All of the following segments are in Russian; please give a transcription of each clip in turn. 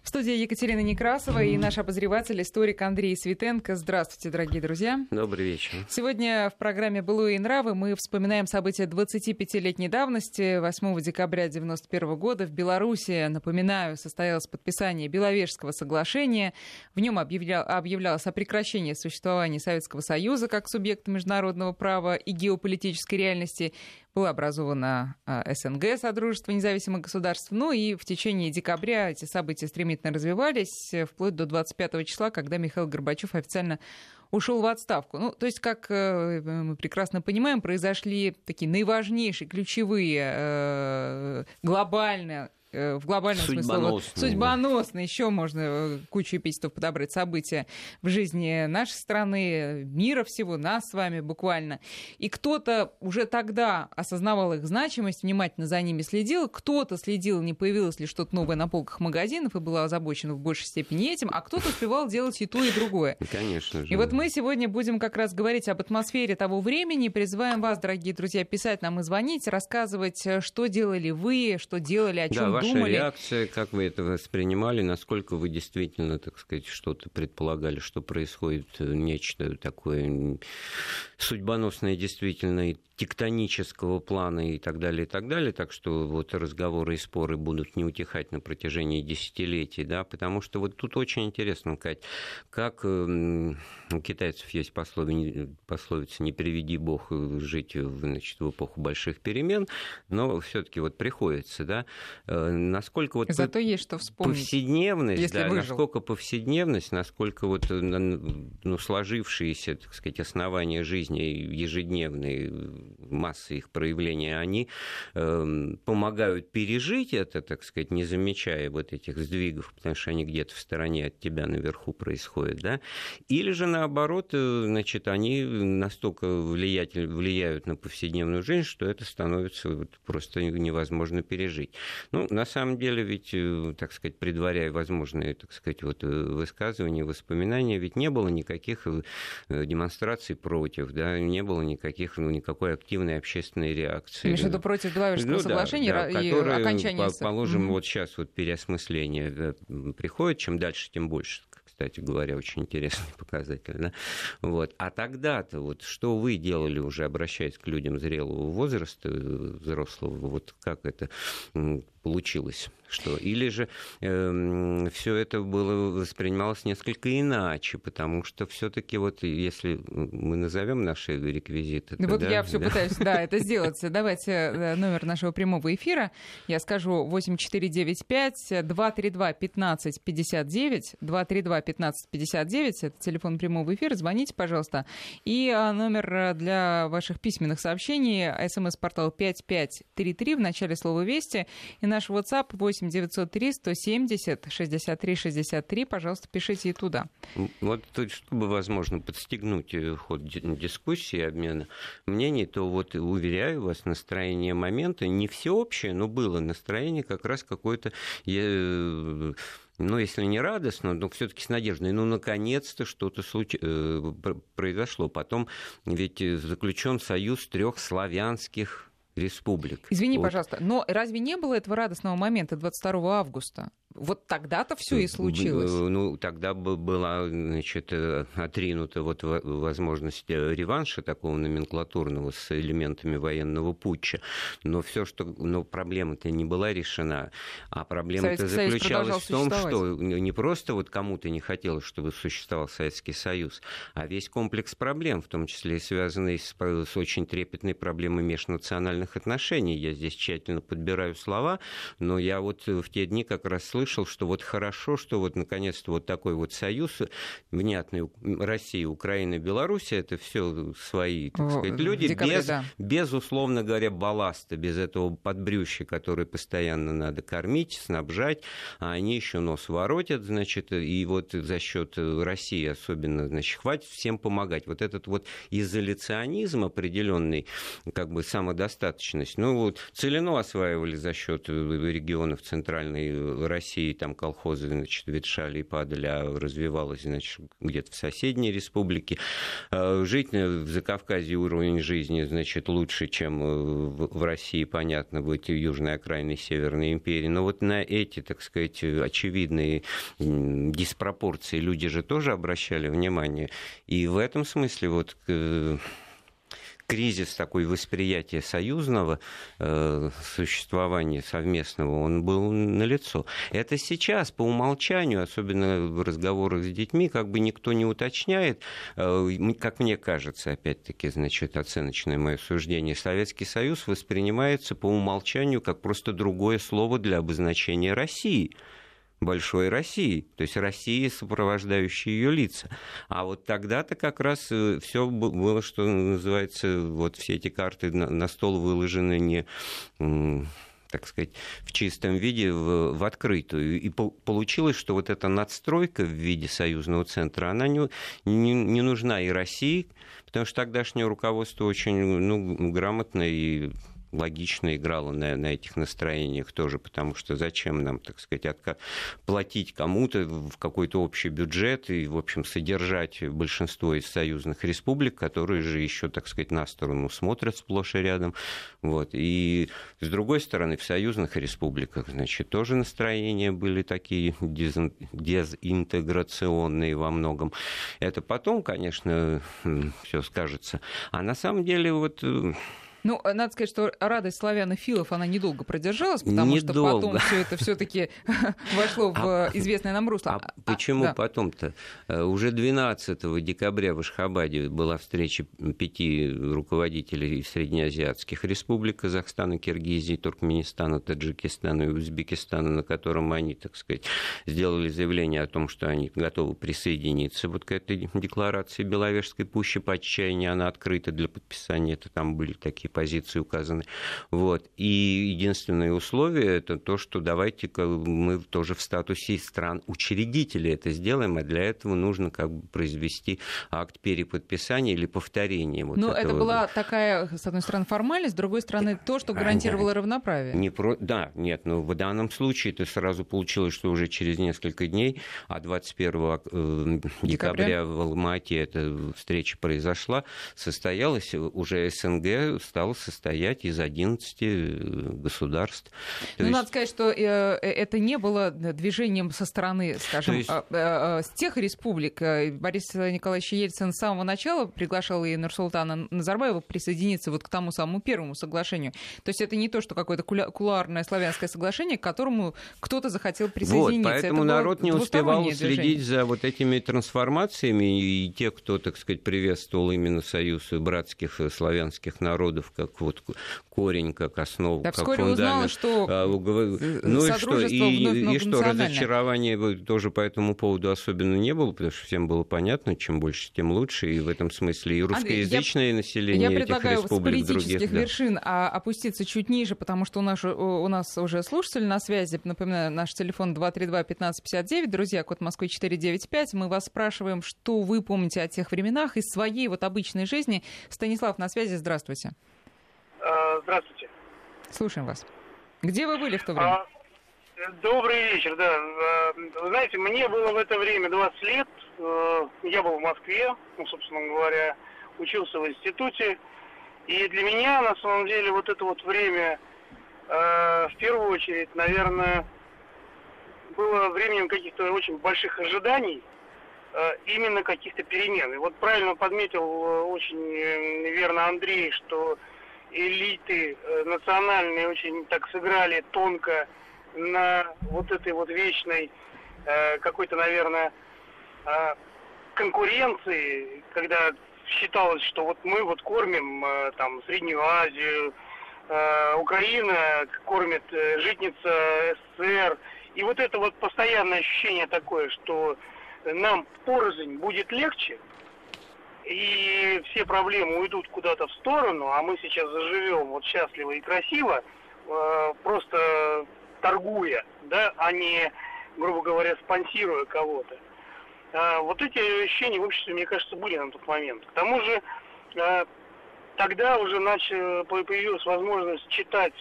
В студии Екатерина Некрасова и наш обозреватель, историк Андрей Светенко. Здравствуйте, дорогие друзья. Добрый вечер. Сегодня в программе «Былое и нравы» мы вспоминаем события 25-летней давности. 8 декабря 1991 года в Беларуси, напоминаю, состоялось подписание Беловежского соглашения. В нем объявлялось о прекращении существования Советского Союза как субъекта международного права и геополитической реальности. Было образовано СНГ, Содружество независимых государств. Ну и в течение декабря эти события стремительно развивались, вплоть до 25 числа, когда Михаил Горбачев официально ушел в отставку. Ну, то есть, как мы прекрасно понимаем, произошли такие наиважнейшие, ключевые, глобальные, в глобальном смысле судьбоносные, еще можно кучу эпитетов подобрать, события в жизни нашей страны, мира всего, нас с вами буквально. И кто-то уже тогда осознавал их значимость, внимательно за ними следил, кто-то следил, не появилось ли что-то новое на полках магазинов и был озабочен в большей степени этим, а кто-то успевал делать и то, и другое. Конечно же. И вот мы сегодня будем как раз говорить об атмосфере того времени, призываем вас, дорогие друзья, писать нам и звонить, рассказывать, что делали вы, что делали, о чем ваша думали. реакция, как вы это воспринимали, насколько вы действительно, так сказать, что-то предполагали, что происходит нечто такое судьбоносное действительно и тектонического плана и так далее, и так далее. Так что вот разговоры и споры будут не утихать на протяжении десятилетий, да, потому что вот тут очень интересно, Кать, как у китайцев есть пословица «не приведи Бог жить, значит, в эпоху больших перемен», но все-таки вот приходится, да, насколько вот зато есть что вспомнить, повседневность, да, насколько повседневность, насколько вот сложившиеся, так сказать, основания жизни ежедневные, массы их проявления, они помогают пережить это, так сказать, не замечая вот этих сдвигов, потому что они где-то в стороне от тебя наверху происходят, да, или же наоборот, значит, они настолько влияют на повседневную жизнь, что это становится вот просто невозможно пережить. Ну, на самом деле, ведь, так сказать, предваряя возможные, так сказать, вот высказывания, воспоминания, ведь не было никаких демонстраций против, да, не было никакой активной общественной реакции. Имеешь в виду против Беловежского соглашения и окончания? Положим, вот сейчас вот переосмысление приходит, чем дальше, тем больше. Кстати говоря, очень интересный показатель. Да? Вот. А тогда-то, вот, что вы делали уже, обращаясь к людям зрелого возраста, взрослого, вот как это получилось? Что? Или же все это воспринималось несколько иначе, потому что все-таки вот если мы назовем наши реквизиты... Вот да, я все пытаюсь это сделать. Давайте номер нашего прямого эфира. Я скажу 8495-232-1559, 232-1559, это телефон прямого эфира, звоните, пожалуйста. И номер для ваших письменных сообщений, СМС-портал 5533 в начале слова «Вести», и наш WhatsApp 8-903-170-63-63, пожалуйста, пишите и туда. Вот тут, чтобы, возможно, подстегнуть ход дискуссии, обмена мнений, то вот уверяю вас, настроение момента не всеобщее, но было настроение как раз какое-то... если не радостно, но все-таки с надеждой. Наконец-то что-то произошло. Потом ведь заключен союз 3 славянских республик. Извини, пожалуйста, но разве не было этого радостного момента 22 августа? Вот тогда-то все и случилось. Тогда была, значит, отринута вот возможность реванша такого номенклатурного с элементами военного путча. Но проблема-то не была решена. А проблема-то заключалась в том, что не просто вот кому-то не хотелось, чтобы существовал Советский Союз, а весь комплекс проблем, в том числе и связанный с очень трепетной проблемой межнациональных отношений. Я здесь тщательно подбираю слова, но я вот в те дни как раз слышал, что вот хорошо, что вот наконец-то вот такой вот союз внятный, Россия, Украина, Беларусь, это все свои, так сказать, люди, без, условно говоря, балласта, без этого подбрюшья, которое постоянно надо кормить, снабжать, а они еще нос воротят, значит, и вот за счет России особенно, значит, хватит всем помогать. Вот этот вот изоляционизм определенный, как бы самодостаточность, целину осваивали за счет регионов Центральной России, России там колхозы, значит, ветшали и падали, а развивалось, значит, где-то в соседней республике. Жить в Закавказье уровень жизни, значит, лучше, чем в России, понятно, быть в южной окраине Северной империи. Но вот на эти, так сказать, очевидные диспропорции люди же тоже обращали внимание. И в этом смысле вот кризис такой восприятия союзного существования совместного, он был налицо. Это сейчас по умолчанию, особенно в разговорах с детьми, как бы никто не уточняет, как мне кажется, опять-таки, значит, оценочное мое суждение, Советский Союз воспринимается по умолчанию как просто другое слово для обозначения России. Большой России, то есть России, сопровождающие ее лица. А вот тогда-то как раз все было, что называется, вот все эти карты на стол выложены не, так сказать, в чистом виде, в открытую. И получилось, что вот эта надстройка в виде союзного центра, она не нужна и России, потому что тогдашнее руководство очень грамотно и логично играла на этих настроениях тоже, потому что зачем нам, так сказать, платить кому-то в какой-то общий бюджет и, в общем, содержать большинство из союзных республик, которые же еще, так сказать, на сторону смотрят сплошь и рядом. Вот. И, с другой стороны, в союзных республиках, значит, тоже настроения были такие дезинтеграционные во многом. Это потом, конечно, все скажется. А на самом деле вот... Ну, надо сказать, что радость славянофилов, она недолго продержалась, потому что потом все это все-таки вошло в известное нам русло. А почему потом-то? Уже 12 декабря в Ашхабаде была встреча 5 руководителей среднеазиатских республик: Казахстана, Киргизии, Туркменистана, Таджикистана и Узбекистана, на котором они, так сказать, сделали заявление о том, что они готовы присоединиться вот к этой декларации Беловежской пущи. По отчаянию она открыта для подписания. Это там были такие позиции указаны. Вот. И единственное условие — это то, что давайте-ка мы тоже в статусе стран-учредителей это сделаем, а для этого нужно как бы произвести акт переподписания или повторения. Вот это была такая, с одной стороны, формальность, с другой стороны, то, что гарантировало равноправие. Да, нет, но в данном случае это сразу получилось, что уже через несколько дней, а 21 декабря в Алма-Ате эта встреча произошла, состоялась, уже СНГ стало состоять из 11 государств. Надо сказать, что это не было движением со стороны, скажем, с тех республик. Борис Николаевич Ельцин с самого начала приглашал и Нурсултана Назарбаева присоединиться вот к тому самому первому соглашению. То есть это не то, что какое-то кулуарное славянское соглашение, к которому кто-то захотел присоединиться. Вот, поэтому народ не успевал следить за вот этими трансформациями, и те, кто, так сказать, приветствовал именно союз братских славянских народов как вот корень, как основу, как фундамент. Узнала, что и что разочарования тоже по этому поводу особенно не было, потому что всем было понятно, чем больше, тем лучше, и в этом смысле и русскоязычное население этих республик. Я предлагаю с политических вершин опуститься чуть ниже, потому что у нас уже слушатель на связи. Напоминаю, наш телефон 232-1559. Друзья, код Москвы 495. Мы вас спрашиваем, что вы помните о тех временах из своей вот обычной жизни. Станислав на связи, здравствуйте. Здравствуйте. Слушаем вас. Где вы были в то время? Добрый вечер, да. Вы знаете, мне было в это время 20 лет. Я был в Москве, собственно говоря, учился в институте. И для меня, на самом деле, вот это вот время, в первую очередь, наверное, было временем каких-то очень больших ожиданий, именно каких-то перемен. И вот правильно подметил очень верно Андрей, что элиты национальные очень так сыграли тонко на вот этой вот вечной какой-то, наверное, конкуренции, когда считалось, что вот мы вот кормим там Среднюю Азию, Украина кормит житница СССР, и вот это вот постоянное ощущение такое, что нам порознь будет легче, и все проблемы уйдут куда-то в сторону, а мы сейчас заживем вот счастливо и красиво, просто торгуя, да, а не, грубо говоря, спонсируя кого-то. Вот эти ощущения в обществе, мне кажется, были на тот момент. К тому же тогда уже появилась возможность читать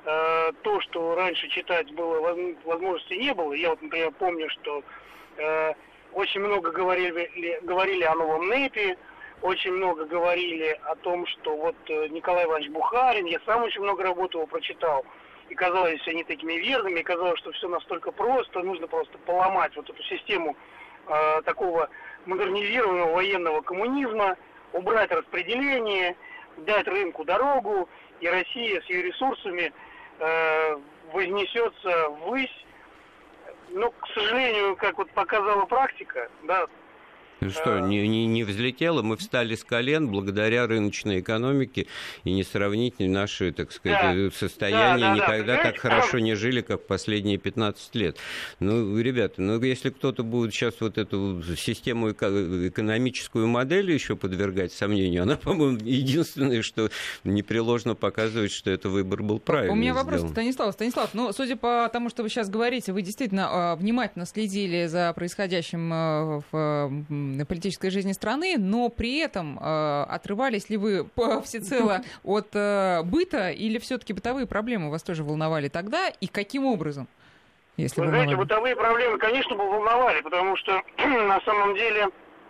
то, что раньше читать было, возможности не было. Я вот, например, помню, что очень много говорили о новом НЭПе, очень много говорили о том, что вот Николай Иванович Бухарин, я сам очень много работ его прочитал, и казалось они такими верными, и казалось, что все настолько просто, нужно просто поломать вот эту систему такого модернизированного военного коммунизма, убрать распределение, дать рынку дорогу, и Россия с ее ресурсами вознесется ввысь. Но, к сожалению, как вот показала практика, да. Что, не взлетело, мы встали с колен благодаря рыночной экономике, и не сравнить наши, так сказать, состояния, никогда так хорошо не жили, как последние 15 лет. Ну, ребята, если кто-то будет сейчас вот эту систему экономическую модель еще подвергать сомнению, она, по-моему, единственное, что непреложно показывает, что это выбор был правильный. У меня вопрос, Станислав, ну, судя по тому, что вы сейчас говорите, вы действительно внимательно следили за происходящим в политической жизни страны, но при этом отрывались ли вы всецело от быта, или все-таки бытовые проблемы вас тоже волновали тогда, и каким образом? Если вы знаете, бытовые проблемы, конечно, бы волновали, потому что на самом деле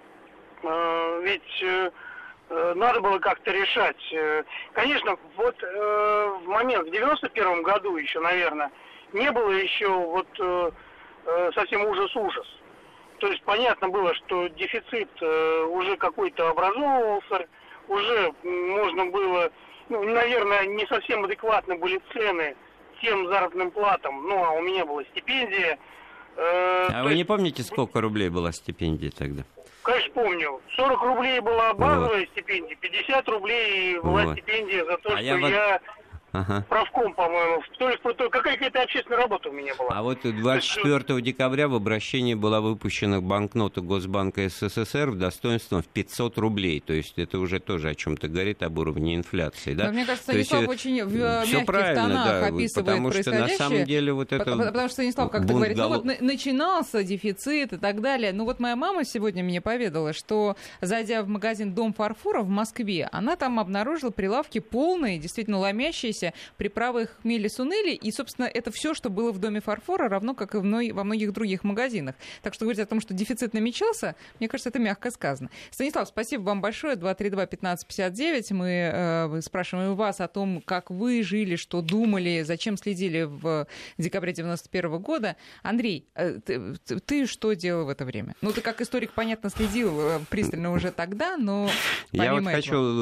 ведь надо было как-то решать. Конечно, вот в момент, в 91-м году еще, наверное, не было еще вот совсем ужас-ужас. То есть понятно было, что дефицит уже какой-то образовывался, уже можно было, ну, наверное, не совсем адекватны были цены тем заработным платам, ну, а у меня была стипендия. А вы не помните, сколько рублей была стипендия тогда? Конечно, помню. 40 рублей была базовая стипендия, 50 рублей была стипендия за то, что я... Правком, по-моему. Какая-то общественная работа у меня была. А вот 24 декабря в обращении была выпущена банкнота Госбанка СССР в достоинстве в 500 рублей. То есть это уже тоже о чем-то говорит, об уровне инфляции. Да? Но мне кажется, Станислав очень в мягких тонах описывает потому происходящее. Что на самом деле вот это... Потому что Станислав как-то говорит, ну вот начинался дефицит и так далее. Ну вот моя мама сегодня мне поведала, что, зайдя в магазин «Дом фарфора» в Москве, она там обнаружила прилавки полные, действительно ломящиеся приправы хмели-сунели, и, собственно, это все, что было в Доме фарфора, равно как и во многих других магазинах. Так что говорить о том, что дефицит намечался, мне кажется, это мягко сказано. Станислав, спасибо вам большое. 232-1559. Мы спрашиваем вас о том, как вы жили, что думали, зачем следили в декабре 91 года. Андрей, ты что делал в это время? Ну, ты как историк, понятно, следил пристально уже тогда, но я вот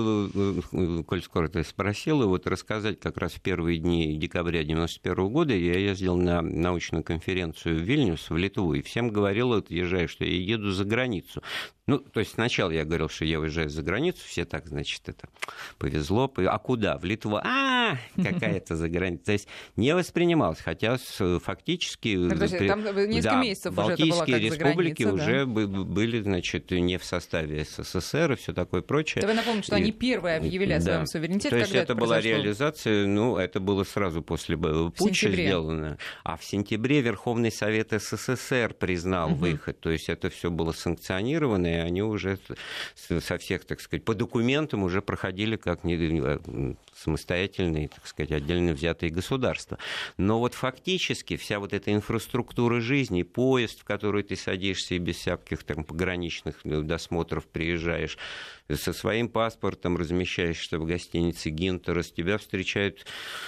хочу, коль скоро ты спросила, вот рассказать, как раз в первые дни декабря 1991 года я ездил на научную конференцию в Вильнюс, в Литву, и всем говорил, отъезжая, что я еду за границу. Ну, то есть сначала я говорил, что я уезжаю за границу, все так, значит, это повезло. А куда? В Литву? Какая-то за граница. То есть не воспринималось, хотя фактически... Там несколько месяцев уже это было как Балтийские республики уже были, значит, не в составе СССР и все такое прочее. Давай напомню, что они первые объявили о своем суверенитете. То есть это была реализация, ну, это было сразу после путча сделано. А в сентябре Верховный Совет СССР признал выход. То есть это все было санкционировано, и они уже со всех, так сказать, по документам уже проходили как самостоятельные, так сказать, отдельно взятые государства. Но вот фактически вся вот эта инфраструктура жизни, поезд, в который ты садишься и без всяких там пограничных досмотров приезжаешь, со своим паспортом размещаешься в гостинице «Гинтерас», тебя встречают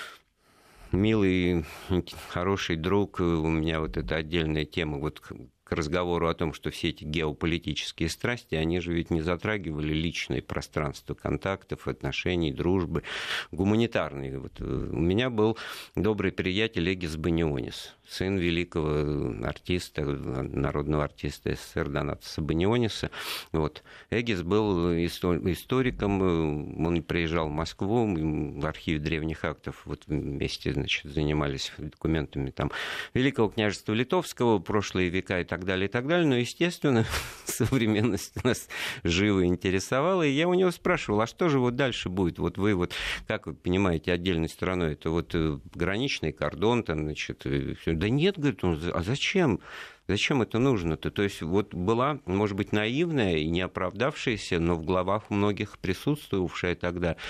милый, хороший друг. У меня вот это отдельная тема, вот к разговору о том, что все эти геополитические страсти, они же ведь не затрагивали личное пространство контактов, отношений, дружбы, гуманитарные. Вот у меня был добрый приятель Эгис Банионис, сын великого артиста, народного артиста СССР Донатаса Баниониса. Вот. Эгис был историком, он приезжал в Москву, в архиве древних актов вот вместе, значит, занимались документами там Великого княжества Литовского, прошлые века и так далее, но, естественно, современность нас живо интересовала, и я у него спрашивал, а что же вот дальше будет? Вот вы, вот, как вы понимаете, отдельной стороной, это вот граничный кордон, там, значит, все. Да нет, говорит он, а зачем? Зачем это нужно-то? То есть вот была, может быть, наивная и не оправдавшаяся, но в головах многих присутствовавшая тогда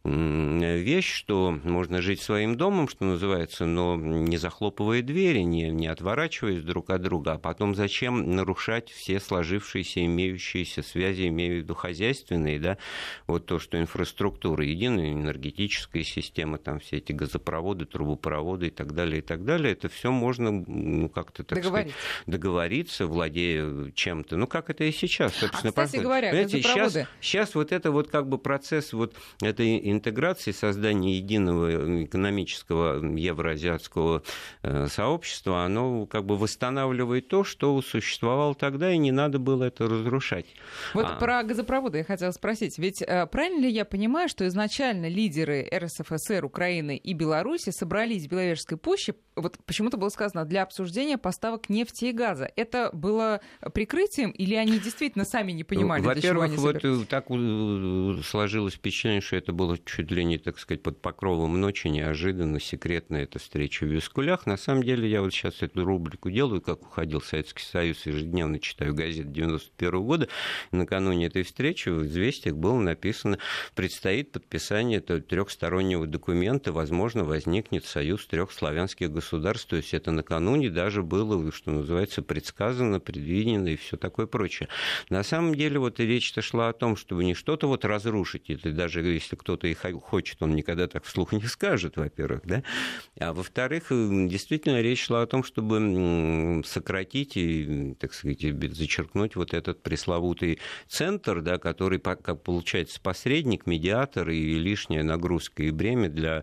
вещь, что можно жить своим домом, что называется, но не захлопывая двери, не отворачиваясь друг от друга, а потом зачем нарушать все сложившиеся, имеющиеся связи, имею в виду хозяйственные, да, вот то, что инфраструктура, единая энергетическая система, там все эти газопроводы, трубопроводы и так далее, это все можно как-то, так сказать, договориться, владея чем-то, как это и сейчас, собственно. Кстати говоря, газопроводы. Сейчас вот это вот как бы процесс вот этой интеграции, создания единого экономического евроазиатского сообщества, оно как бы восстанавливает то, что существовало тогда, и не надо было это разрушать. Вот про газопроводы я хотела спросить. Ведь правильно ли я понимаю, что изначально лидеры РСФСР, Украины и Беларуси собрались в Беловежской пуще, вот почему-то было сказано, для обсуждения поставок нефти и газа. Это было прикрытием или они действительно сами не понимали, для чего они собирались? Во-первых, вот так сложилось впечатление, что это было чуть ли не, так сказать, под покровом ночи, неожиданно, секретно эта встреча в Вискулях. На самом деле, я вот сейчас эту рубрику делаю, как уходил Советский Союз, ежедневно читаю газеты 91 года. Накануне этой встречи в «Известиях» было написано, предстоит подписание трехстороннего документа, возможно, возникнет союз трех славянских государств. То есть это накануне даже было, что называется, предсказано, предвидено и все такое прочее. На самом деле, вот и речь-то шла о том, чтобы не что-то вот разрушить, это даже если кто-то и хочет, он никогда так вслух не скажет, во-первых, да, а во-вторых, действительно речь шла о том, чтобы сократить и, так сказать, зачеркнуть вот этот пресловутый центр, да, который, как получается, посредник, медиатор и лишняя нагрузка и бремя для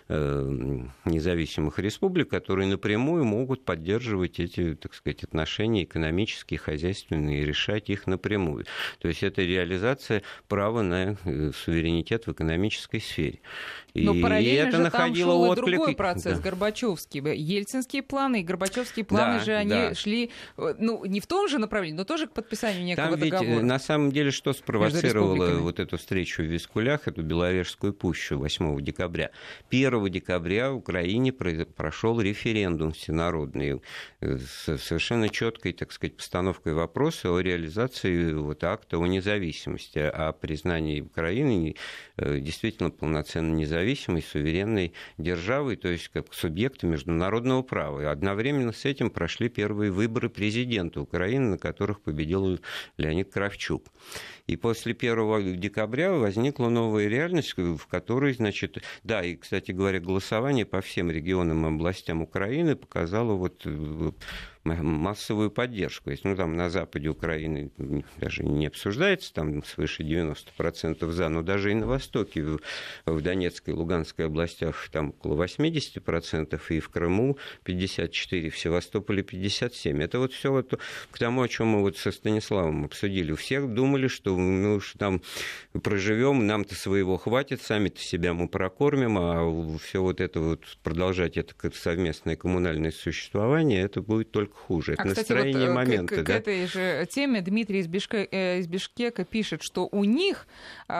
независимых республик, которые напрямую могут поддерживать эти, так сказать, отношения экономические, хозяйственные, и решать их напрямую. То есть это реализация права на суверенитет в экономической сфере. Но параллельно это же там шел отклик... и другой процесс, Горбачевский. Ельцинские планы и Горбачевские планы они шли, не в том же направлении, но тоже к подписанию некого договора. Там ведь на самом деле что спровоцировало вот эту встречу в Вискулях, эту Беловежскую пущу 8 декабря? 1 декабря в Украине прошел референдум всенародный с совершенно четкой, так сказать, постановкой вопроса о реализации вот акта о независимости, о признании Украины действительно полноценно независимой, суверенной державой, то есть как субъекта международного права. И одновременно с этим прошли первые выборы президента Украины, на которых победил Леонид Кравчук. И после 1 декабря возникла новая реальность, в которой, значит, да, и, кстати говоря, голосование по всем регионам и областям Украины показало вот массовую поддержку. Если, там на западе Украины даже не обсуждается, там свыше 90% за, но даже и на востоке, в Донецкой и Луганской областях, там около 80%, и в Крыму 54%, в Севастополе 57%. Это вот все вот к тому, о чем мы вот со Станиславом обсудили. У всех думали, что мы уж там проживем, нам-то своего хватит, сами-то себя мы прокормим, а все вот это вот продолжать это совместное коммунальное существование, это будет только хуже. Это настроение момента. К этой же теме Дмитрий из Бишкека пишет, что у них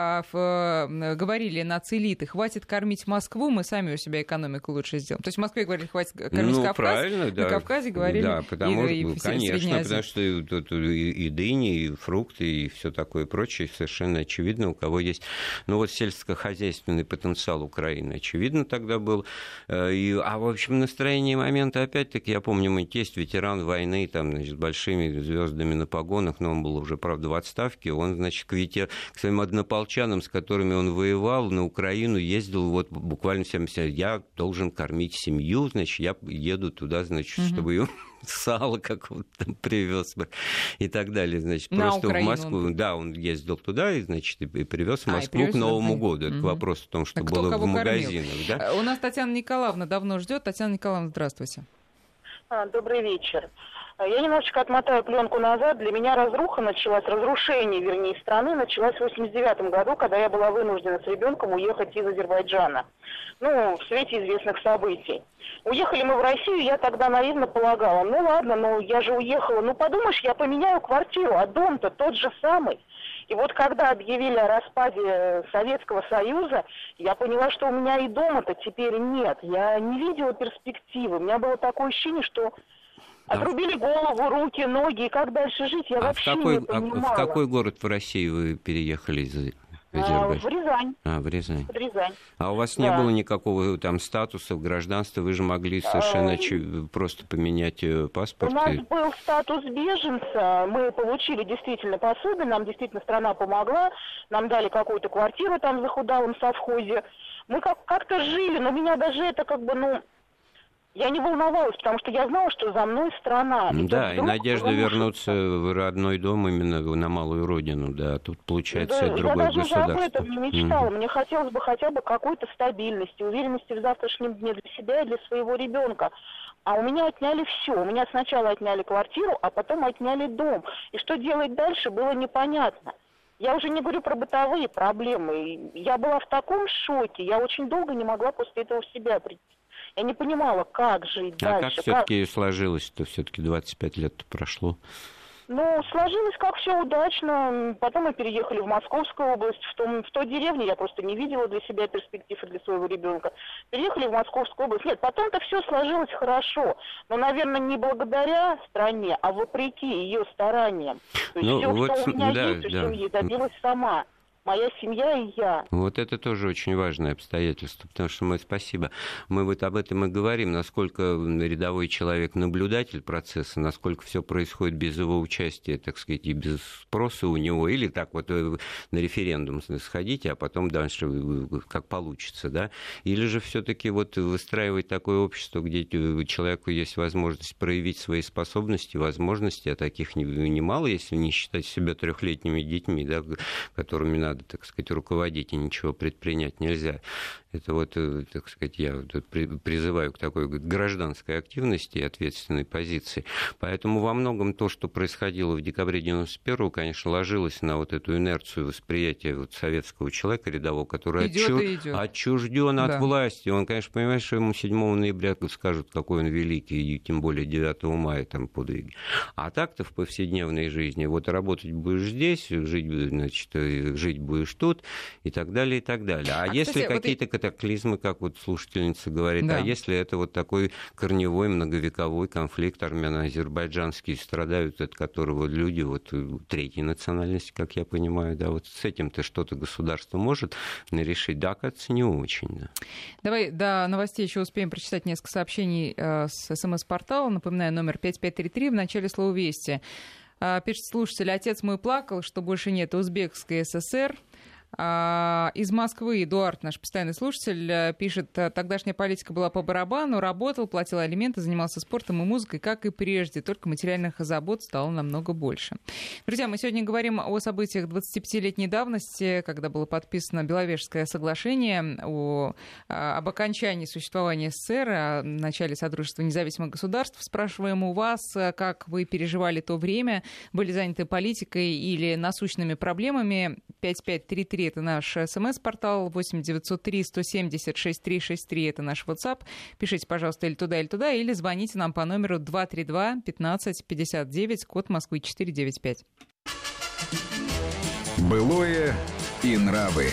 говорили нациэлиты, хватит кормить Москву, мы сами у себя экономику лучше сделаем. То есть в Москве говорили, хватит кормить Кавказ, правильно, да. На Кавказе говорили конечно, потому что и дыни, и фрукты, и все такое прочее, совершенно очевидно, у кого есть, вот сельскохозяйственный потенциал Украины, очевидно, тогда был. А в общем, настроение момента, опять-таки, я помню, мой тесть, ветеран войны, там, значит, с большими звездами на погонах, но он был уже, правда, в отставке, он, значит, к своим однополчанам, с которыми он воевал, на Украину ездил, вот буквально всем, я должен кормить семью, значит, я еду туда, значит, чтобы ее сало какого-то там привез и так далее, значит, просто в Москву. Да, он ездил туда и, значит, и привез в Москву к Новому году. Это вопрос в том, что было в магазинах. Да? У нас Татьяна Николаевна давно ждет. Татьяна Николаевна, здравствуйте. Добрый вечер. Я немножечко отмотаю пленку назад. Для меня разрушение, вернее, страны началось в 1989 году, когда я была вынуждена с ребенком уехать из Азербайджана. В свете известных событий. Уехали мы в Россию, я тогда наивно полагала, ладно, я же уехала, подумаешь, я поменяю квартиру, а дом-то тот же самый. И вот когда объявили о распаде Советского Союза, я поняла, что у меня и дома-то теперь нет. Я не видела перспективы. У меня было такое ощущение, что отрубили голову, руки, ноги, и как дальше жить, я вообще не понимала. В какой город в России вы переехали из Азербайджан? В Рязань. В Рязань. В Рязань. А у вас не было никакого там статуса, гражданства? Вы же могли совершенно просто поменять паспорт? У нас был статус беженца. Мы получили действительно пособие. Нам действительно страна помогла. Нам дали какую-то квартиру там в захудалом совхозе. Мы как-то жили, но меня даже это я не волновалась, потому что я знала, что за мной страна. И надежда вернуться в родной дом именно на малую родину, да, тут получается другое государство. Я даже об этом не мечтала. Мне хотелось бы хотя бы какой-то стабильности, уверенности в завтрашнем дне для себя и для своего ребенка. А у меня отняли все. У меня сначала отняли квартиру, а потом отняли дом. И что делать дальше, было непонятно. Я уже не говорю про бытовые проблемы. Я была в таком шоке, я очень долго не могла после этого в себя прийти. Я не понимала, как жить дальше. А как все-таки сложилось-то? Все-таки 25 лет прошло. Сложилось как все удачно. Потом мы переехали в Московскую область. В той деревне я просто не видела для себя перспектив и для своего ребенка. Переехали в Московскую область. Нет, потом-то все сложилось хорошо. Но, наверное, не благодаря стране, а вопреки ее стараниям. То есть все, что у меня есть, в семье, добилась сама. Моя семья и я. Вот это тоже очень важное обстоятельство, потому что мы вот об этом и говорим, насколько рядовой человек наблюдатель процесса, насколько все происходит без его участия, так сказать, и без спроса у него, или так вот на референдум сходите, а потом дальше как получится, да, или же все-таки вот выстраивать такое общество, где человеку есть возможность проявить свои способности, возможности, а таких немало, если не считать себя 3-летними детьми, да, которыми надо, так сказать, руководить, и ничего предпринять нельзя. Это вот, так сказать, я призываю к такой гражданской активности и ответственной позиции. Поэтому во многом то, что происходило в декабре 91-го, конечно, ложилось на вот эту инерцию восприятия вот советского человека рядового, который отчужден от власти. Он, конечно, понимает, что ему 7 ноября скажут, какой он великий, и тем более 9 мая там подвиги. А так-то в повседневной жизни вот работать будешь здесь, жить будешь тут, и так далее, и так далее. А если какие-то катаклизмы, как вот слушательница говорит, а если это вот такой корневой, многовековой конфликт армяно-азербайджанский, страдают от которого люди вот третьей национальности, как я понимаю, да, вот с этим-то что-то государство может решить, да, кажется, не очень. Да. Давай до новостей еще успеем прочитать несколько сообщений с СМС-портала. Напоминаю, номер 5533 в начале слова «Вести». Пишет слушатель: отец мой плакал, что больше нет Узбекской ССР. Из Москвы Эдуард, наш постоянный слушатель, пишет: тогдашняя политика была по барабану, работал, платил алименты, занимался спортом и музыкой, как и прежде, только материальных забот стало намного больше. Друзья, мы сегодня говорим о событиях 25-летней давности, когда было подписано Беловежское соглашение об окончании существования СССР, о начале Содружества независимых государств. Спрашиваем у вас, как вы переживали то время, были заняты политикой или насущными проблемами. 5533 это наш СМС-портал, 8-903-170-6363 это наш WhatsApp. Пишите, пожалуйста, или туда, или звоните нам по номеру 232-1559, код Москвы 495. Былое и нравы.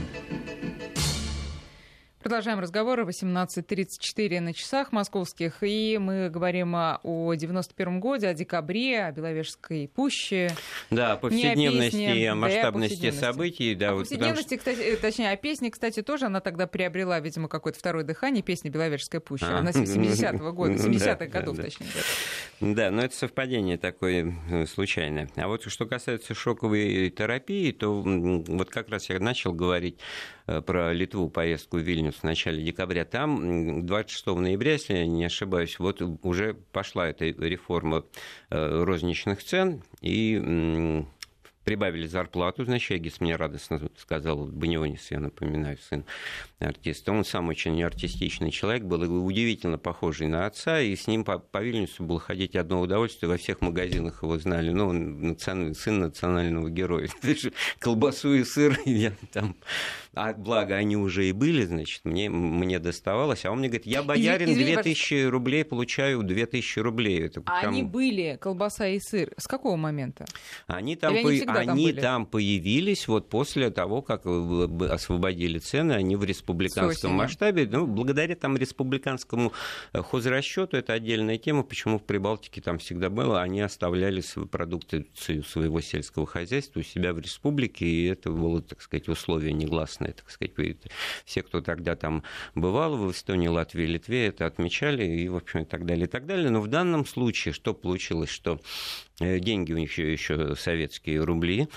Продолжаем разговор. 18:34 на часах московских. И мы говорим о 91-м годе, о декабре, о Беловежской пуще. Да, о повседневности и о масштабности событий. Да, о повседневности, кстати, точнее, о песне, кстати, тоже она тогда приобрела, видимо, какое-то второе дыхание, песня «Беловежская пуща». Она 70-го года, 70-х годов, точнее. Да, но это совпадение такое случайное. А вот что касается шоковой терапии, то вот как раз я начал говорить про Литву, поездку в Вильнюс в начале декабря. Там 26 ноября, если я не ошибаюсь, вот уже пошла эта реформа розничных цен, и прибавили зарплату, значит, Эгис мне радостно сказал, Банионис, я напоминаю, сын артиста. Он сам очень артистичный человек, был удивительно похожий на отца, и с ним по Вильнюсу было ходить одно удовольствие, во всех магазинах его знали. Ну, он сын национального героя. Колбасу и сыр я там благо они уже и были, значит, мне доставалось, а он мне говорит, я боярин, 2000 рублей получаю, 2000 рублей. Это они были, колбаса и сыр, с какого момента? Они там появились вот после того, как освободили цены, они в республиканском масштабе, ну, благодаря там республиканскому хозрасчету, это отдельная тема, почему в Прибалтике там всегда было, они оставляли продукцию своего сельского хозяйства у себя в республике, и это было, так сказать, условие негласное, так сказать. Все, кто тогда там бывал в Эстонии, Латвии, Литве, это отмечали, и, в общем, и так далее, и так далее. Но в данном случае что получилось, что деньги у них еще советские рубли,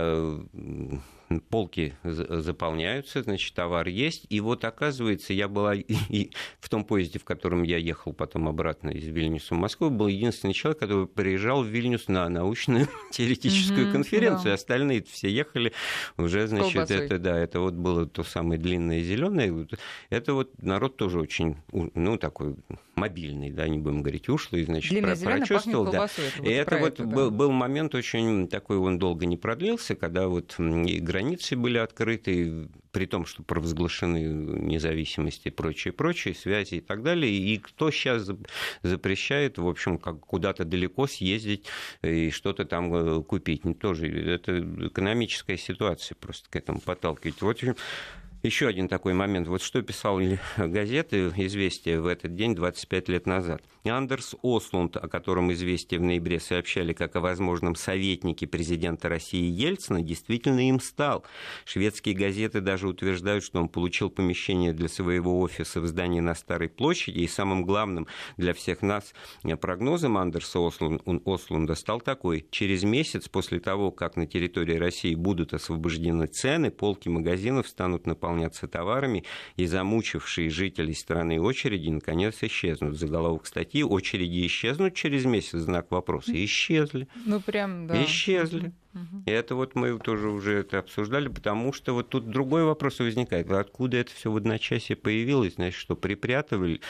полки заполняются, значит, товар есть. И вот, оказывается, я была и в том поезде, в котором я ехал потом обратно из Вильнюса в Москву, был единственный человек, который приезжал в Вильнюс на научную теоретическую конференцию. Да. Остальные все ехали уже, значит, это вот было то самое длинное зеленое. Это вот народ тоже очень, ну, такой мобильный, да, не будем говорить ушлый, значит, прочувствовал. Да. И это вот был момент очень такой, он долго не продлился, когда вот границы были открыты, при том, что провозглашены независимость и прочие связи и так далее. И кто сейчас запрещает, в общем, куда-то далеко съездить и что-то там купить? Тоже это экономическая ситуация просто к этому подталкивает. Вот еще один такой момент. Вот что писали газеты «Известия» в этот день 25 лет назад. Андерс Ослунд, о котором «Известия» в ноябре сообщали как о возможном советнике президента России Ельцина, действительно им стал. Шведские газеты даже утверждают, что он получил помещение для своего офиса в здании на Старой площади. И самым главным для всех нас прогнозом Андерса Ослунда стал такой. Через месяц после того, как на территории России будут освобождены цены, полки магазинов станут наполняться товарами, и замучившие жителей страны очереди наконец исчезнут. Заголовок статьи: очереди исчезнут через месяц, знак вопроса. Исчезли. Ну, прям, да. Исчезли. И это вот мы тоже уже это обсуждали, потому что вот тут другой вопрос возникает. Откуда это все в одночасье появилось? Значит, что припрятывали?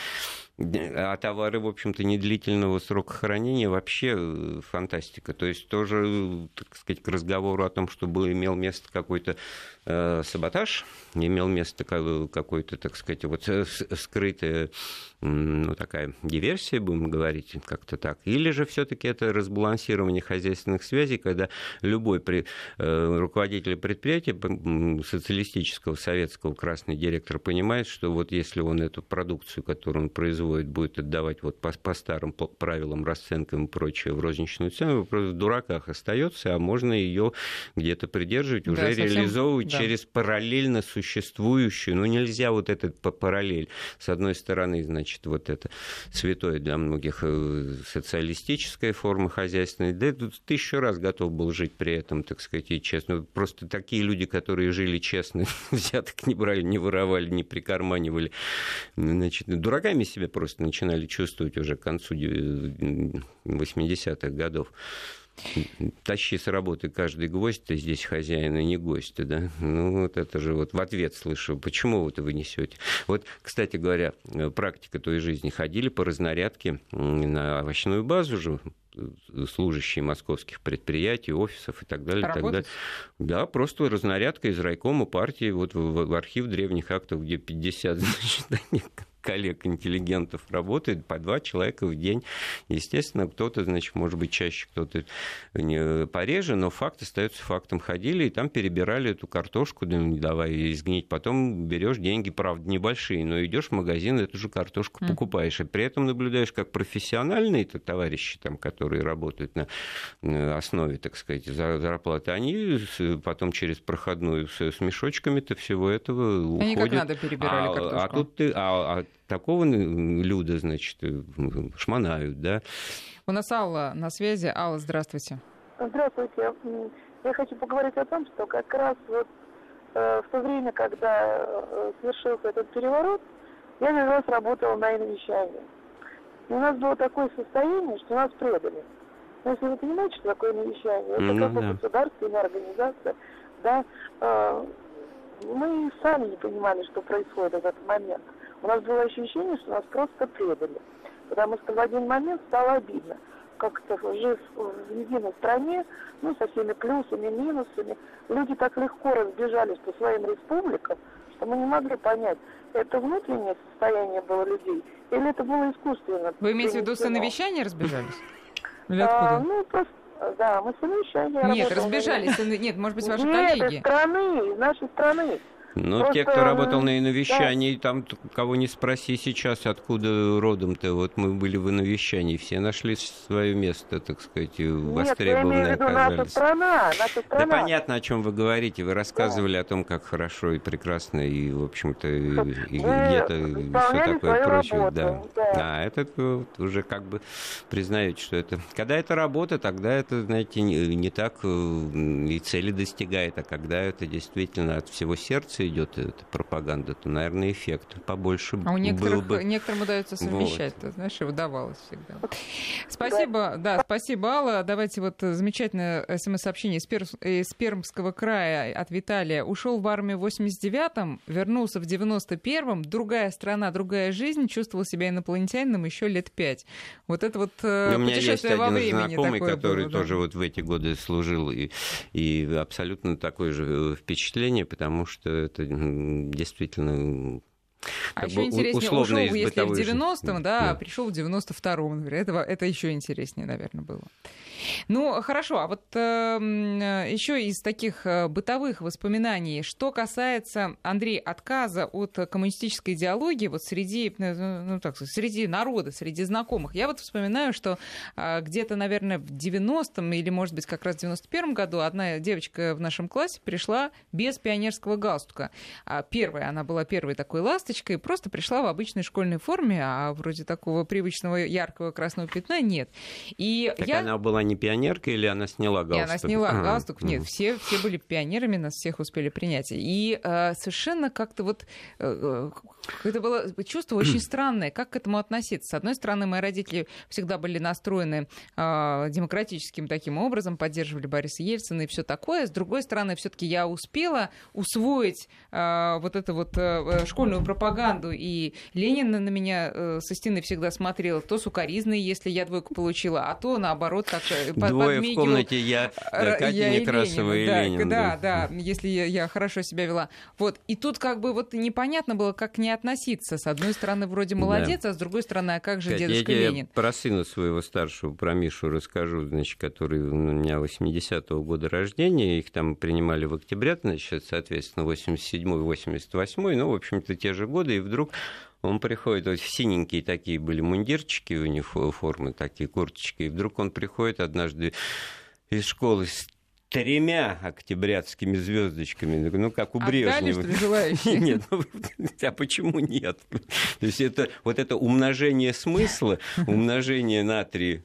А товары, в общем-то, недлительного срока хранения вообще фантастика. То есть тоже, так сказать, к разговору о том, чтобы имел место какой-то саботаж, имел место какой-то, так сказать, вот скрытая, ну, такая диверсия, будем говорить, как-то так. Или же все-таки это разбалансирование хозяйственных связей, когда любой руководитель предприятия социалистического, советского, красный директор понимает, что вот если он эту продукцию, которую он производит, будет отдавать вот по старым правилам, расценкам и прочее в розничную цену, просто в дураках остается, а можно ее где-то придерживать, уже да, реализовывать через параллельно существующую. Ну, нельзя вот этот параллель. С одной стороны, значит, вот это святое для многих социалистическая форма хозяйственной. Да, тут 1000 раз готов был жить при этом, так сказать, и честно. Просто такие люди, которые жили честно, взяток не брали, не воровали, не прикарманивали, значит, дураками себя просто начинали чувствовать уже к концу 80-х годов. Тащи с работы каждый гвоздь, ты здесь хозяин и не гость, да? Ну, вот это же вот в ответ слышу, почему вот вы несете? Вот, кстати говоря, практика той жизни, ходили по разнарядке на овощную базу же, служащие московских предприятий, офисов и так далее. И так далее. Да, просто разнарядка из райкома партии вот в архив древних актов, где 50, значит, коллег-интеллигентов работает, по 2 человека в день. Естественно, кто-то, значит, может быть, чаще, кто-то пореже, но факт остается фактом. Ходили и там перебирали эту картошку, да, не давай изгнить. Потом берешь деньги, правда, небольшие, но идешь в магазин, эту же картошку покупаешь. И при этом наблюдаешь, как профессиональные товарищи, там, которые работают на основе, так сказать, зарплаты, они потом через проходную с мешочками-то всего этого уходят. Они как надо перебирали картошку. А тут ты... такого люда, значит, шмонают, да. У нас Алла на связи. Алла, здравствуйте. Здравствуйте. Я хочу поговорить о том, что как раз вот в то время, когда совершился этот переворот, я как раз работала на инвещании. И у нас было такое состояние, что нас предали. Но если вы понимаете, что такое инвещание, это как государственная организация, да, мы сами не понимали, что происходит в этот момент. У нас было ощущение, что нас просто предали. Потому что в один момент стало обидно. как-то жив в единой стране, ну, со всеми плюсами, минусами, люди так легко разбежались по своим республикам, что мы не могли понять, это внутреннее состояние было людей или это было искусственно. Вы имеете в виду совещания разбежались? Или откуда? Ну, просто, да, мы совещания. Нет, разбежались. Нет, может быть, ваши Нет, коллеги. из нашей страны. Ну, Просто... те, кто работал на иновещании, да. Там кого не спроси сейчас, откуда родом-то. Вот мы были в иновещании, все нашли свое место, так сказать, востребованное оказались. Наша страна. Да понятно, о чем вы говорите. Вы рассказывали о том, как хорошо и прекрасно, и, в общем-то, и где-то и все такое прочее. Да, это вот уже как бы признаете, что это... Когда это работа, тогда это, знаете, не так и цели достигает, а когда это действительно от всего сердца идет эта пропаганда, то, наверное, эффект побольше был бы. А у некоторым удается совмещать, вот. Ты знаешь, и удавалось всегда. Спасибо, да, спасибо, Алла. Давайте вот замечательное СМС-сообщение из Пермского края от Виталия. Ушел в армию в 89-м, вернулся в 91-м, другая страна, другая жизнь, чувствовал себя инопланетянином еще лет 5. Вот это вот путешествие во времени. У меня есть один знакомый, который было, тоже вот в эти годы служил, и абсолютно такое же впечатление, потому что это действительно... А еще интереснее, ушел, если в 90-м, да, а пришел в 92-м. Это еще интереснее, наверное, было. Ну, хорошо, а вот еще из таких бытовых воспоминаний, что касается, Андрей, отказа от коммунистической идеологии вот среди, ну, так сказать, среди народа, среди знакомых. Я вот вспоминаю, что где-то, наверное, в 90-м или, может быть, как раз в 91-м году одна девочка в нашем классе пришла без пионерского галстука. Первая, она была первой такой ласточкой, просто пришла в обычной школьной форме, а вроде такого привычного яркого красного пятна нет. И так она была не пионерка или она сняла галстук? Она сняла галстук. Нет, все были пионерами, нас всех успели принять. И совершенно как-то вот это было чувство очень странное, как к этому относиться. С одной стороны, мои родители всегда были настроены демократическим таким образом, поддерживали Бориса Ельцина и все такое. С другой стороны, все-таки я успела усвоить вот эту вот школьную пропаганду, и Ленин на меня со стены всегда смотрел то сукоризной, если я двойку получила, а то наоборот как двое в комнате, я Катя Некрасова и Ленин. Да, если я хорошо себя вела. Вот. И тут как бы вот непонятно было, как к ней относиться. С одной стороны, вроде молодец, а с другой стороны, а как же дедушка Ленин? Я про сына своего старшего, про Мишу расскажу, значит, который у меня 80-го года рождения. Их там принимали в октябре, значит, соответственно, 87-й, 88-й, ну, в общем-то, те же годы, и вдруг он приходит, вот синенькие такие были мундирчики у них, формы, такие курточки, и вдруг он приходит однажды из школы с 3 октябрятскими звездочками, ну, как у Брежнева. Что ли, желающие? Нет, а почему нет? То есть это вот это умножение смысла, умножение на 3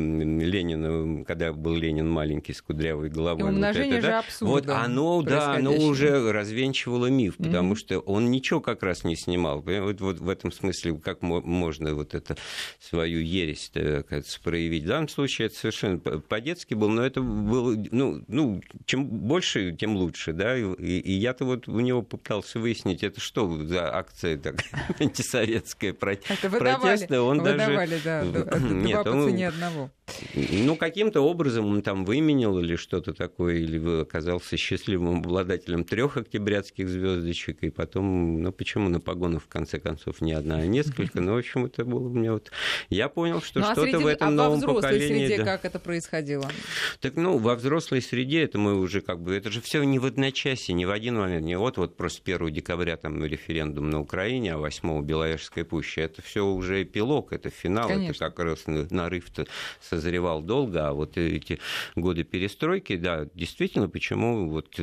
Ленина, когда был Ленин маленький с кудрявой головой. И умножение же абсурда. Вот оно уже развенчивало миф, потому что он ничего как раз не снимал. Вот в этом смысле, как можно вот это свою ересь проявить. В данном случае это совершенно по-детски было, но это было, ну, чем больше, тем лучше, да, и я-то вот у него попытался выяснить, это что за акция так, антисоветская, протестная, он выдавали, да, два по цене одного. Ну, каким-то образом он там выменял или что-то такое, или оказался счастливым обладателем 3 октябрятских звездочек, и потом, ну, почему на погонах, в конце концов, не одна, а несколько, ну, в общем, это было у меня вот... Я понял, что что-то в этом новом поколении... А во взрослой среде как это происходило? Так, ну, во взрослой среде это мы уже как бы... Это же все не в одночасье, не в один момент, не вот просто 1 декабря там референдум на Украине, а 8-го Беловежская пуща. Это все уже эпилог, это финал, конечно. Это как раз нарыв-то созревал долго, а вот эти годы перестройки, да, действительно, почему вот,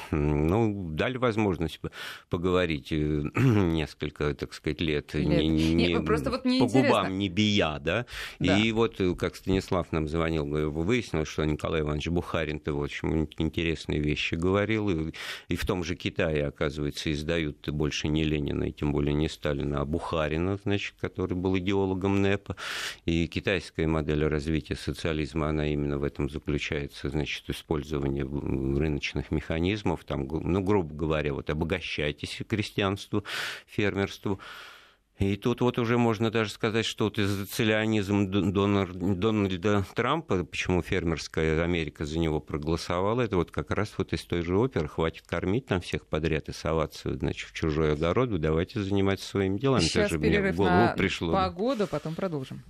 ну, дали возможность поговорить несколько, так сказать, лет просто вот мне по интересно. Губам не бия, да? И вот, как Станислав нам звонил, выяснилось, что Николай Иванович Бухарин-то, в общем, интересные вещи говорил, и в том же Китае, оказывается, издают больше не Ленина, и тем более не Сталина, а Бухарина, значит, который был идеологом НЭПа, и китайская модель развития социализма, она именно в этом заключается, значит, использование рыночных механизмов, там, ну, грубо говоря, вот обогащайтесь крестьянству, фермерству. И тут вот уже можно даже сказать, что вот изоциализм Дональда Трампа, почему фермерская Америка за него проголосовала, это вот как раз вот из той же оперы «Хватит кормить там всех подряд и соваться, значит, в чужой огород, давайте заниматься своими делами». Сейчас Даже перерыв мне в голову на пришло. погоду, потом продолжим.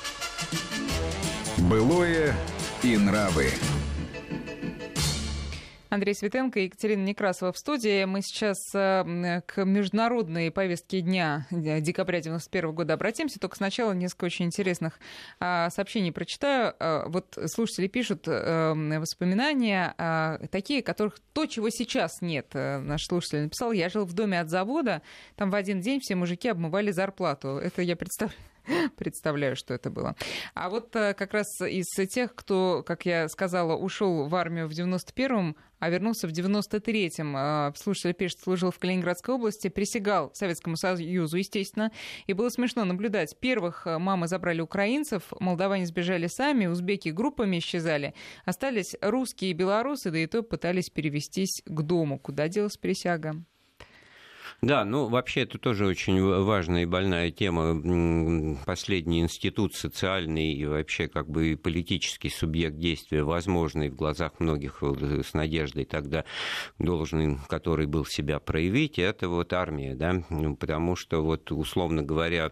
Былое и нравы. Андрей Светенко и Екатерина Некрасова в студии. Мы сейчас к международной повестке дня декабря 1991 года обратимся. Только сначала несколько очень интересных сообщений прочитаю. Вот слушатели пишут воспоминания, такие, которых то, чего сейчас нет. Наш слушатель написал: я жил в доме от завода, там в один день все мужики обмывали зарплату. Это я представляю, что это было. А вот как раз из тех, кто, как я сказала, ушел в армию в 91-м, а вернулся в 93-м. Слушатель пишет, служил в Калининградской области, присягал Советскому Союзу, естественно. И было смешно наблюдать. Первых мамы забрали украинцев, молдаване сбежали сами, узбеки группами исчезали. Остались русские и белорусы, да и то пытались перевестись к дому. Куда делась присяга? Да, ну вообще это тоже очень важная и больная тема. Последний институт социальный и вообще как бы политический субъект действия, возможный в глазах многих с надеждой тогда должен, который был себя проявить, это вот армия, да, потому что вот условно говоря,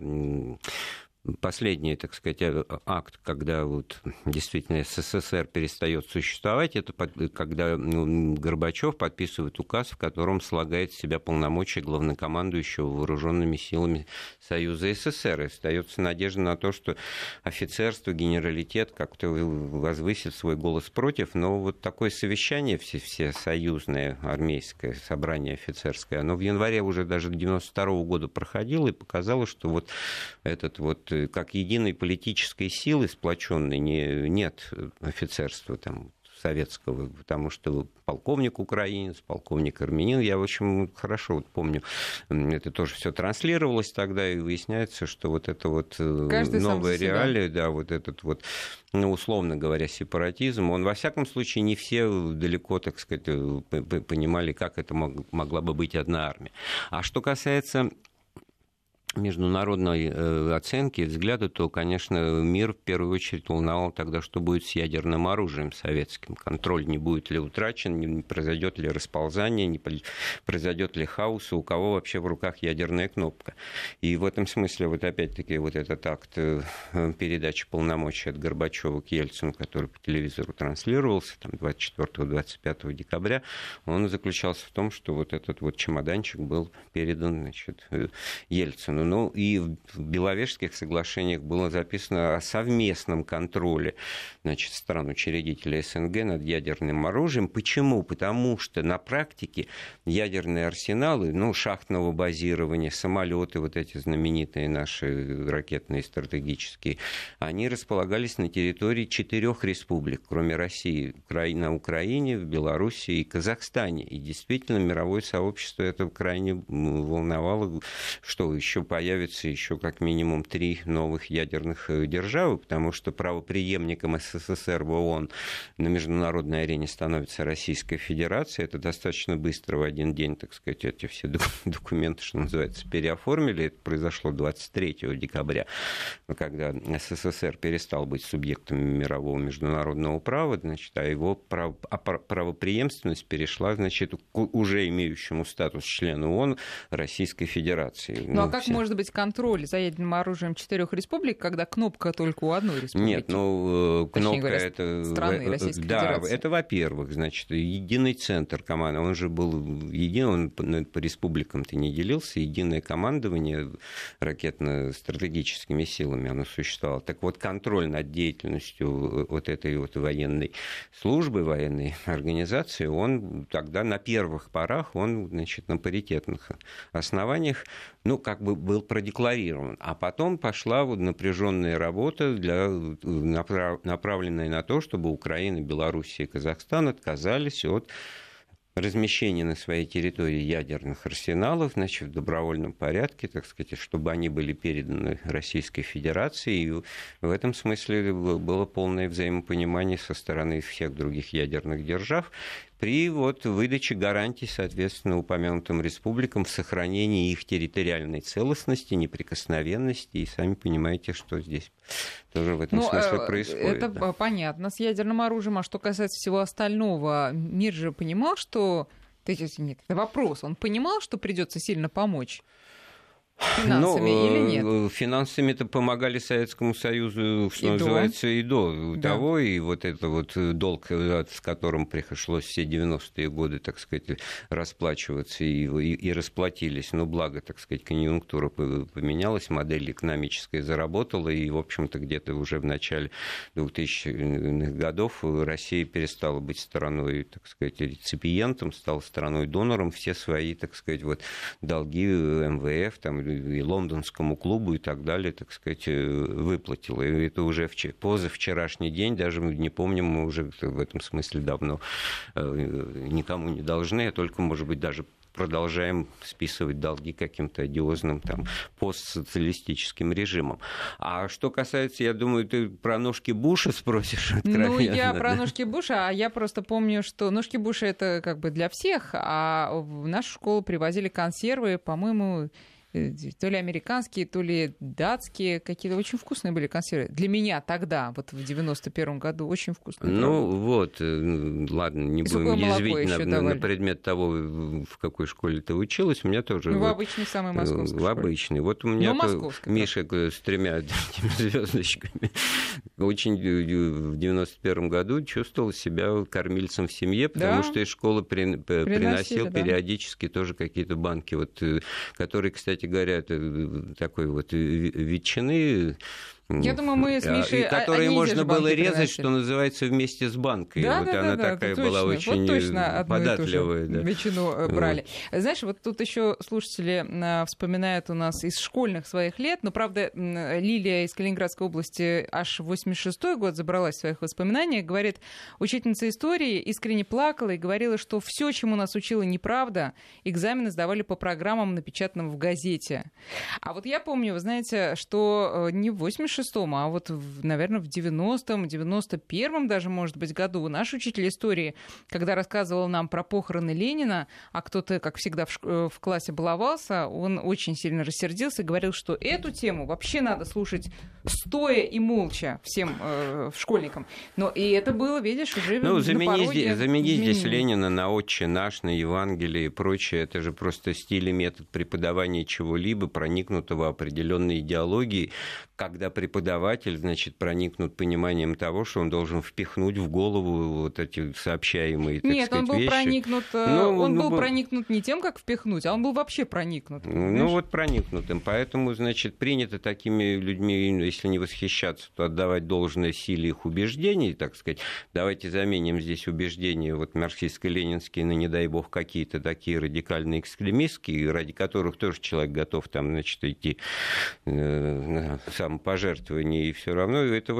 последний, так сказать, акт, когда вот действительно СССР перестает существовать, это когда Горбачев подписывает указ, в котором слагает в себя полномочия главнокомандующего вооруженными силами Союза СССР. И остается надежда на то, что офицерство, генералитет как-то возвысит свой голос против, но вот такое совещание всесоюзное, армейское собрание офицерское, оно в январе уже даже 92 года проходило и показало, что вот этот вот как единой политической силы сплоченной нет офицерства там советского, потому что полковник украинец, полковник армянин, я очень хорошо вот помню, это тоже все транслировалось тогда, и выясняется, что вот это вот новая реалия, да, вот этот вот, ну, условно говоря, сепаратизм, он, во всяком случае, не все далеко, так сказать, понимали, как это могла бы быть одна армия. А что касается международной оценки, взгляда, то, конечно, мир в первую очередь волновал тогда, что будет с ядерным оружием советским. Контроль, не будет ли утрачен, не произойдет ли расползание, не произойдет ли хаос, у кого вообще в руках ядерная кнопка. И в этом смысле, вот опять-таки, вот этот акт передачи полномочий от Горбачева к Ельцину, который по телевизору транслировался там 24-25 декабря, он заключался в том, что вот этот вот чемоданчик был передан, значит, Ельцину. Ну и в Беловежских соглашениях было записано о совместном контроле, значит, стран-учредителей СНГ над ядерным оружием. Почему? Потому что на практике ядерные арсеналы, ну, шахтного базирования, самолеты, вот эти знаменитые наши ракетные стратегические, они располагались на территории 4 республик, кроме России, на Украине, в Беларуси и Казахстане. И действительно мировое сообщество это крайне волновало, что еще появится еще как минимум 3 новых ядерных державы, потому что правопреемником СССР в ООН на международной арене становится Российская Федерация. Это достаточно быстро в один день, так сказать, эти все документы, что называется, переоформили. Это произошло 23 декабря, когда СССР перестал быть субъектом мирового международного права, значит, а его правопреемственность перешла, значит, к уже имеющему статус члена ООН Российской Федерации. Ну а как может быть контроль за ядерным оружием 4 республик, когда кнопка только у одной республики? Нет, ну, кнопка говоря, это... страны Российской Федерации. Да, это, во-первых, значит, единый центр команды. Он же был един, он по республикам-то не делился. Единое командование ракетно-стратегическими силами оно существовало. Так вот, контроль над деятельностью вот этой вот военной службы, военной организации, он тогда на первых порах, он, значит, на паритетных основаниях, ну, как бы был продекларирован. А потом пошла вот напряженная работа, направленная на то, чтобы Украина, Белоруссия и Казахстан отказались от размещение на своей территории ядерных арсеналов, значит, в добровольном порядке, так сказать, чтобы они были переданы Российской Федерации. И в этом смысле было полное взаимопонимание со стороны всех других ядерных держав при выдаче гарантий, соответственно, упомянутым республикам в сохранении их территориальной целостности, неприкосновенности. И сами понимаете, что здесь тоже в этом смысле происходит. Это понятно с ядерным оружием. А что касается всего остального, мир же понимал, что... Нет, это вопрос. Он понимал, что придется сильно помочь? Финансами или нет? Финансами-то помогали Советскому Союзу, что называется, и до того, и это долг, с которым пришлось все 90-е годы, так сказать, расплачиваться, и расплатились. Но благо, так сказать, конъюнктура поменялась, модель экономическая заработала, и, в общем-то, где-то уже в начале 2000-х годов Россия перестала быть стороной, так сказать, реципиентом, стала стороной-донором, все свои, так сказать, долги МВФ, там, и лондонскому клубу и так далее, так сказать, выплатила. И это уже позавчерашний день, даже не помним, мы уже в этом смысле давно никому не должны, а только, может быть, даже продолжаем списывать долги каким-то одиозным постсоциалистическим режимом. А что касается, я думаю, ты про ножки Буша спросишь откровенно. Я про ножки Буша, а я просто помню, что ножки Буша это как бы для всех, а в нашу школу привозили консервы, по-моему, то ли американские, то ли датские, какие-то очень вкусные были консервы. Для меня тогда, в 91-м году, очень вкусные. Ладно, не будем язвить на предмет того, в какой школе ты училась. У меня тоже... в обычной самой московской школе. В обычной. У меня Миша с 3 звездочками очень в 91-м году чувствовал себя кормильцем в семье, потому что из школы приносил периодически тоже какие-то банки, которые, кстати говоря, такой ветчины. Я думаю, мы с Мишей... И которые можно было резать, что называется, вместе с банкой. Она такая была очень податливая. Ветчину брали. Знаешь, тут еще слушатели вспоминают у нас из школьных своих лет, но, правда, Лилия из Калининградской области аж в 86-й год забралась в своих воспоминаниях, говорит, учительница истории искренне плакала и говорила, что все, чему нас учила, неправда, экзамены сдавали по программам, напечатанным в газете. А я помню, вы знаете, что не в 86-м, а наверное, в 90-м, 91-м даже, может быть, году наш учитель истории, когда рассказывал нам про похороны Ленина, а кто-то, как всегда, в классе баловался, он очень сильно рассердился и говорил, что эту тему вообще надо слушать стоя и молча всем школьникам. Но и это было, видишь, уже на пороге. Заменить здесь Ленина на «Отче наш», на Евангелие и прочее. Это же просто стиль и метод преподавания чего-либо, проникнутого определенной идеологией, когда преподаватель, проникнут пониманием того, что он должен впихнуть в голову эти сообщаемые, так Нет, сказать, он был вещи. проникнут не тем, как впихнуть, а он был вообще проникнут. Проникнутым. Поэтому, принято такими людьми, если не восхищаться, то отдавать должное силе их убеждений, так сказать. Давайте заменим здесь убеждения марксистско-ленинские на, не дай бог, какие-то такие радикальные экстремистские, ради которых тоже человек готов идти на самопожертвование, и все равно это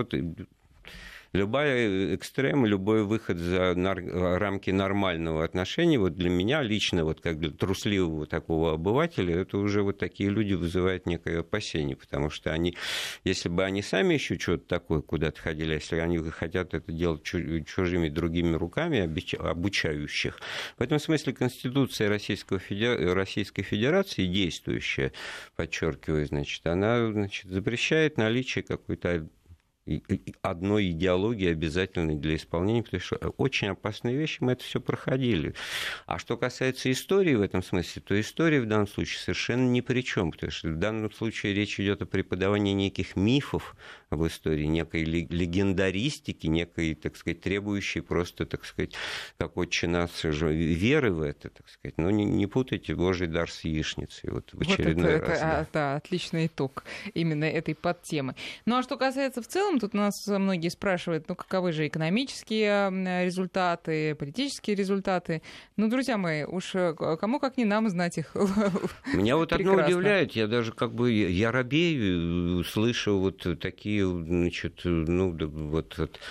любая экстрем, любой выход за рамки нормального отношения, для меня лично, как для трусливого такого обывателя, это уже такие люди вызывают некое опасение, потому что они, если бы они сами еще что-то такое куда-то ходили, если они хотят это делать чужими другими руками, обучающих. В этом смысле Конституция Российской Федерации, действующая, подчеркиваю, она запрещает наличие какой-то одной идеологии обязательной для исполнения, потому что очень опасные вещи, мы это все проходили. А что касается истории в этом смысле, то история в данном случае совершенно ни при чем, потому что в данном случае речь идет о преподавании неких мифов в истории, некой легендаристики, некой, так сказать, требующей просто, так сказать, как «Отче наш», веры в это, так сказать. Но не путайте Божий дар с яичницей в очередной раз. Да, отличный итог именно этой подтемы. Ну а что касается в целом, тут нас многие спрашивают, каковы же экономические результаты, политические результаты. Друзья мои, уж кому как не нам знать их. Меня одно удивляет, я даже я робею, слышу такие,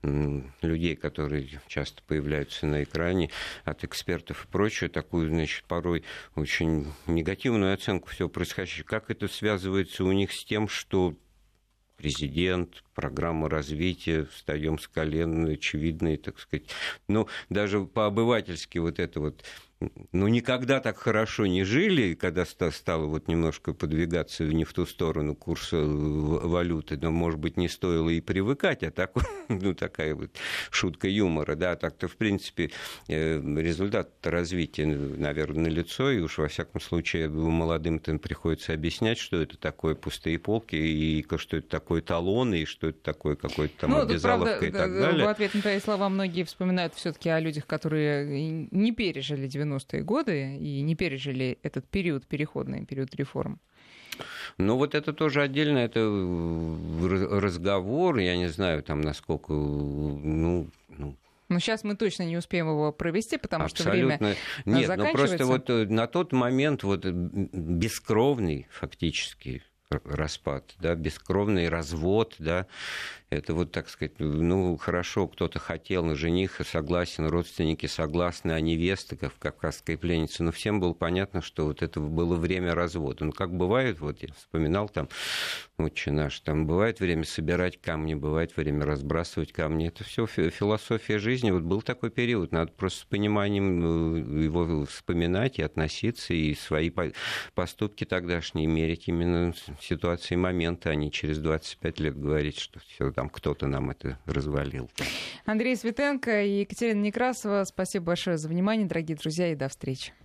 людей, которые часто появляются на экране, от экспертов и прочее, такую, значит, порой очень негативную оценку всего происходящего. Как это связывается у них с тем, что президент, программа развития, встаем с колен, очевидные, так сказать. Ну, даже по-обывательски вот это вот, ну, никогда так хорошо не жили, когда стало вот немножко подвигаться не в ту сторону курса валюты, но, может быть, не стоило и привыкать, а так, ну, такая вот шутка юмора, да, так-то, в принципе, результат развития, наверное, налицо, и уж, во всяком случае, молодым-то приходится объяснять, что это такое пустые полки, и что это такое талоны, и что это такое какой-то там обязаловка и так далее. В ответ на твои слова многие вспоминают все-таки о людях, которые не пережили 90-е годы и не пережили этот период, переходный период реформ. Ну, вот это тоже отдельно, это разговор, я не знаю, там, насколько, ну... Но сейчас мы точно не успеем его провести, потому абсолютно. Что время нет, заканчивается. Ну, просто вот на тот момент вот бескровный фактически распад, да, бескровный развод, да, это вот, так сказать, ну, хорошо, кто-то хотел, жених согласен, родственники согласны, а невеста, как кавказская пленница, но всем было понятно, что вот это было время развода. Ну, как бывает, вот я вспоминал там, «Отче наш», там бывает время собирать камни, бывает время разбрасывать камни, это все философия жизни, вот был такой период, надо просто с пониманием его вспоминать и относиться, и свои поступки тогдашние мерить именно ситуации момента, а не через 25 лет говорить, что все там кто-то нам это развалил. Андрей Светенко и Екатерина Некрасова, спасибо большое за внимание, дорогие друзья, и до встречи.